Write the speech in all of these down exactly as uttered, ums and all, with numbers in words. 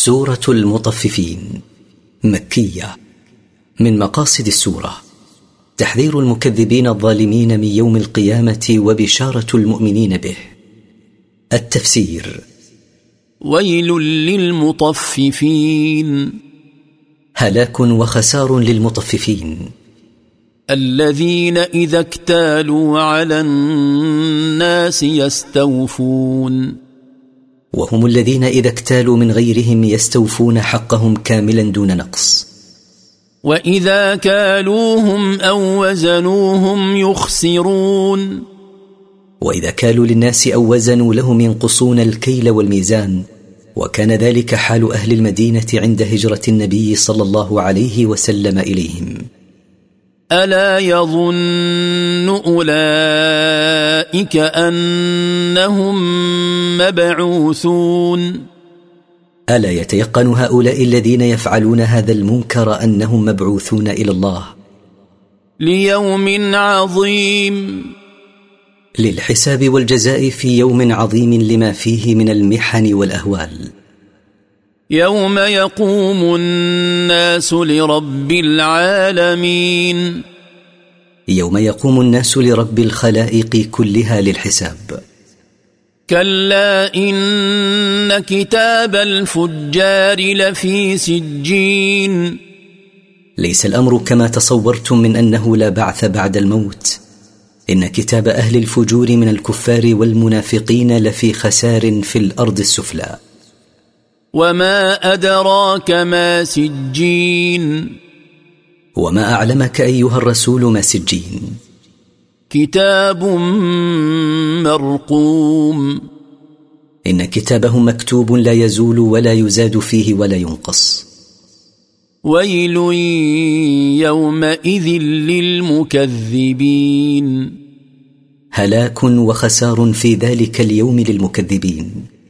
سورة المطففين مكية. من مقاصد السورة تحذير المكذبين الظالمين من يوم القيامة وبشارة المؤمنين به. التفسير: ويل للمطففين، هلاك وخسار للمطففين، الذين إذا اكتالوا على الناس يستوفون، وهم الذين إذا اكتالوا من غيرهم يستوفون حقهم كاملا دون نقص، وإذا كالوهم أو وزنوهم يخسرون، وإذا كالوا للناس أو وزنوا لهم ينقصون الكيل والميزان. وكان ذلك حال أهل المدينة عند هجرة النبي صلى الله عليه وسلم إليهم. ألا يظن أولئك أنهم مبعوثون، ألا يتيقن هؤلاء الذين يفعلون هذا المنكر أنهم مبعوثون إلى الله ليوم عظيم، للحساب والجزاء في يوم عظيم لما فيه من المحن والأهوال، يوم يقوم الناس لرب العالمين، يوم يقوم الناس لرب الخلائق كلها للحساب. كلا إن كتاب الفجار لفي سجين، ليس الأمر كما تصورتم من أنه لا بعث بعد الموت، إن كتاب أهل الفجور من الكفار والمنافقين لفي خسار في الأرض السفلى. وما أدراك ما سجين، وما أعلمك أيها الرسول ما سجين، كتاب مرقوم، إن كتابهم مكتوب لا يزول ولا يزاد فيه ولا ينقص. ويل يومئذ للمكذبين، هلاك وخسار في ذلك اليوم للمكذبين،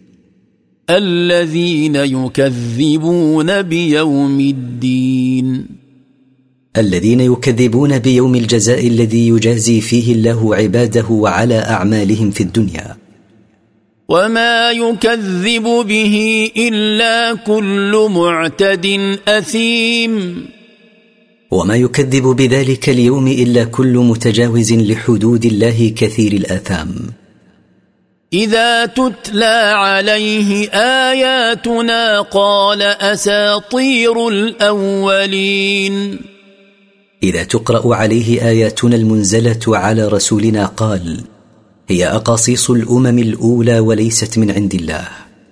الذين يكذبون بيوم الدين، الذين يكذبون بيوم الجزاء الذي يجازي فيه الله عباده على أعمالهم في الدنيا. وما يكذب به إلا كل معتد أثيم، وما يكذب بذلك اليوم إلا كل متجاوز لحدود الله كثير الآثام. إذا تتلى عليه آياتنا قال أساطير الأولين، إذا تقرأ عليه آياتنا المنزلة على رسولنا قال هي أقاصيص الأمم الأولى وليست من عند الله.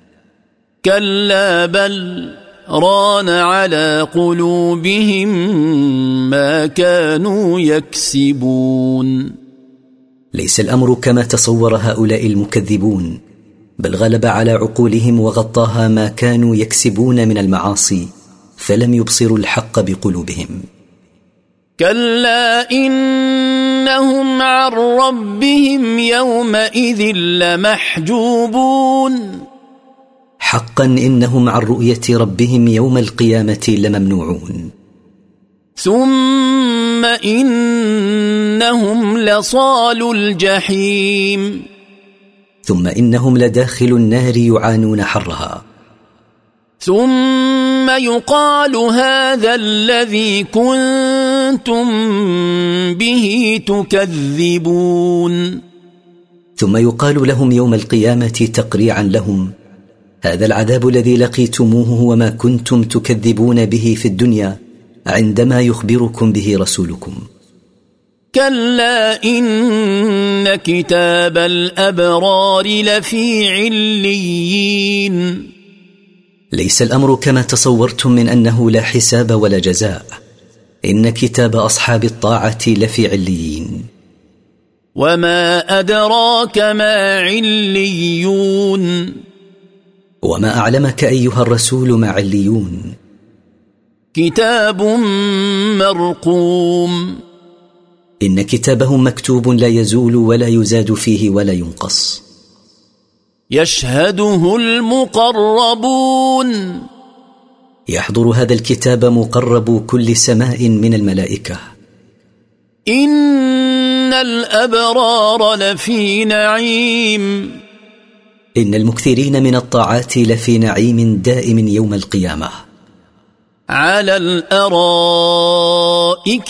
كلا بل ران على قلوبهم ما كانوا يكسبون، ليس الأمر كما تصور هؤلاء المكذبون، بل غلب على عقولهم وغطاها ما كانوا يكسبون من المعاصي، فلم يبصروا الحق بقلوبهم. كلا إنهم عن ربهم يومئذ لمحجوبون، حقا إنهم عن رؤية ربهم يوم القيامة لممنوعون. ثم إنهم لصالوا الجحيم، ثم إنهم لداخل النار يعانون حرها. ثم يقال هذا الذي كنتم به تكذبون، ثم يقال لهم يوم القيامة تقريعا لهم هذا العذاب الذي لقيتموه وما كنتم تكذبون به في الدنيا عندما يخبركم به رسولكم. كلا إن كتاب الأبرار لفي عليين، ليس الأمر كما تصورتم من أنه لا حساب ولا جزاء، إن كتاب أصحاب الطاعة لفي عليين. وما أدراك ما عليون، وما أعلمك أيها الرسول ما عليون، كتاب مرقوم، إن كتابهم مكتوب لا يزول ولا يزاد فيه ولا ينقص. يشهده المقربون، يحضر هذا الكتاب مقرب كل سماء من الملائكة. إن الأبرار لفي نعيم، إن المكثرين من الطاعات لفي نعيم دائم يوم القيامة. على الأرائك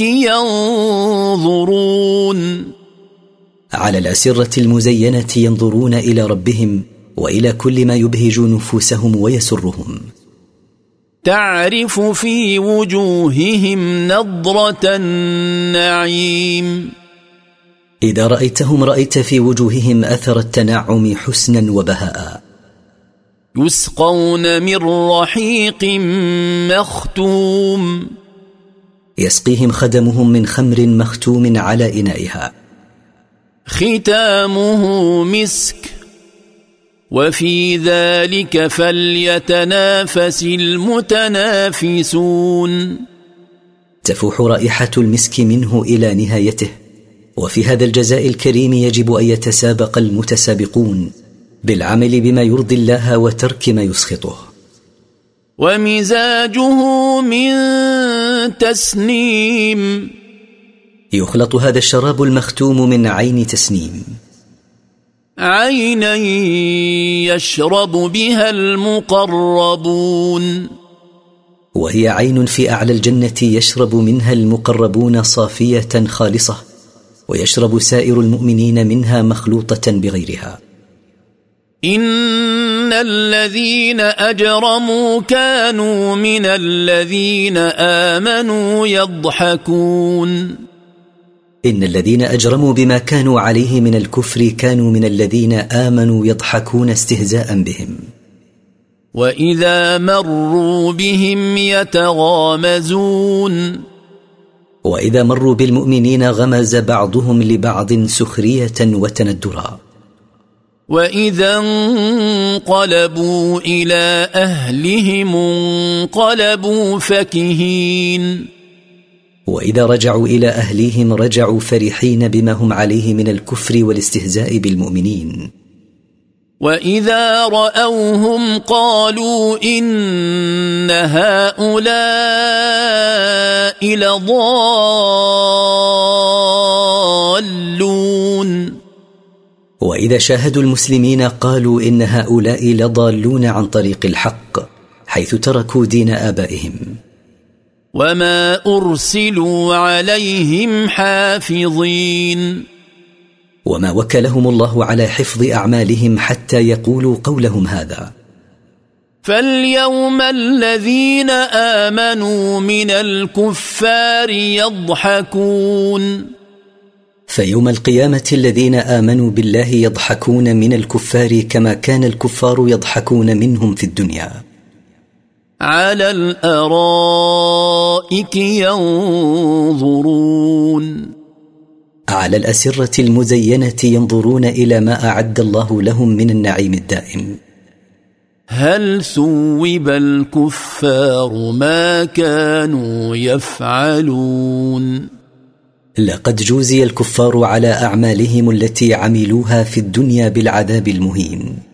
ينظرون. على الأسرة المزينة ينظرون إلى ربهم وإلى كل ما يبهج نفوسهم ويسرهم. تعرف في وجوههم نضرة النعيم. إذا رأيتهم رأيت في وجوههم أثر التنعم حسنا وبهاء. يسقون من رحيق مختوم. يسقيهم خدمهم من خمر مختوم على إنائها. ختامه مسك وفي ذلك فليتنافس المتنافسون. تفوح رائحة المسك منه إلى نهايته، وفي هذا الجزاء الكريم يجب أن يتسابق المتسابقون بالعمل بما يرضي الله وترك ما يسخطه. ومزاجه من تسنيم. يخلط هذا الشراب المختوم من عين تسنيم. عينا يشرب بها المقربون. وهي عين في أعلى الجنة يشرب منها المقربون صافية خالصة، ويشرب سائر المؤمنين منها مخلوطة بغيرها. إن الذين أجرموا كانوا من الذين آمنوا يضحكون. إن الذين أجرموا بما كانوا عليه من الكفر كانوا من الذين آمنوا يضحكون استهزاء بهم. وإذا مروا بهم يتغامزون. وإذا مروا بالمؤمنين غمز بعضهم لبعض سخرية وتندرا. وإذا انقلبوا إلى أهلهم انقلبوا فكهين. وإذا رجعوا إلى أهليهم رجعوا فرحين بما هم عليه من الكفر والاستهزاء بالمؤمنين. وإذا رأوهم قالوا إن هؤلاء لضالون. وإذا شاهدوا المسلمين قالوا إن هؤلاء لضالون عن طريق الحق، حيث تركوا دين آبائهم. وما أرسلوا عليهم حافظين. وما وكلهم الله على حفظ أعمالهم حتى يقولوا قولهم هذا. فاليوم الذين آمنوا من الكفار يضحكون. فيوم القيامة الذين آمنوا بالله يضحكون من الكفار كما كان الكفار يضحكون منهم في الدنيا. على الأرائك ينظرون. على الأسرة المزينة ينظرون إلى ما أعد الله لهم من النعيم الدائم. هل ثوب الكفار ما كانوا يفعلون. لقد جوزي الكفار على أعمالهم التي عملوها في الدنيا بالعذاب المهين.